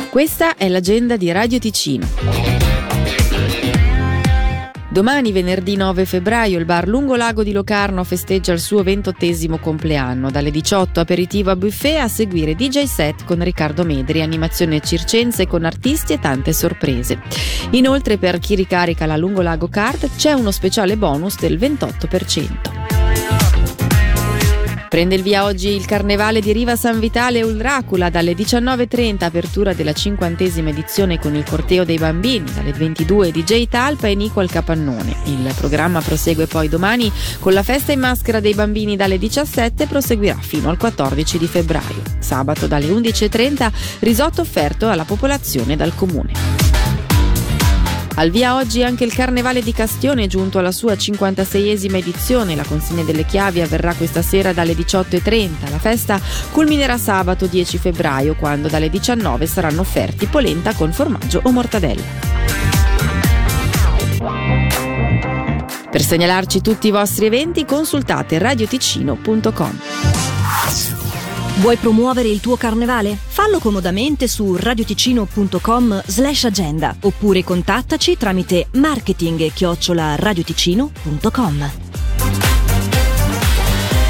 Questa è l'agenda di Radio Ticino. Domani, venerdì 9 febbraio, il bar Lungo Lago di Locarno festeggia il suo 28° compleanno. Dalle 18 aperitivo a buffet, a seguire DJ set con Riccardo Medri, animazione circense con artisti e tante sorprese. Inoltre, per chi ricarica la Lungo Lago Card c'è uno speciale bonus del 28%. Prende il via oggi il Carnevale di Riva San Vitale e Ulracula. Dalle 19.30 apertura della 50ª edizione con il corteo dei bambini, dalle 22 DJ Talpa e Nico al Capannone. Il programma prosegue poi domani con la festa in maschera dei bambini dalle 17 e proseguirà fino al 14 di febbraio. Sabato dalle 11.30 risotto offerto alla popolazione dal comune. Al via oggi anche il Carnevale di Castione, giunto alla sua 56ª edizione. La consegna delle chiavi avverrà questa sera dalle 18.30. La festa culminerà sabato 10 febbraio, quando dalle 19 saranno offerti polenta con formaggio o mortadella. Per segnalarci tutti i vostri eventi consultate radioticino.com. Vuoi promuovere il tuo carnevale? Fallo comodamente su radioticino.com/agenda oppure contattaci tramite marketing@radioticino.com.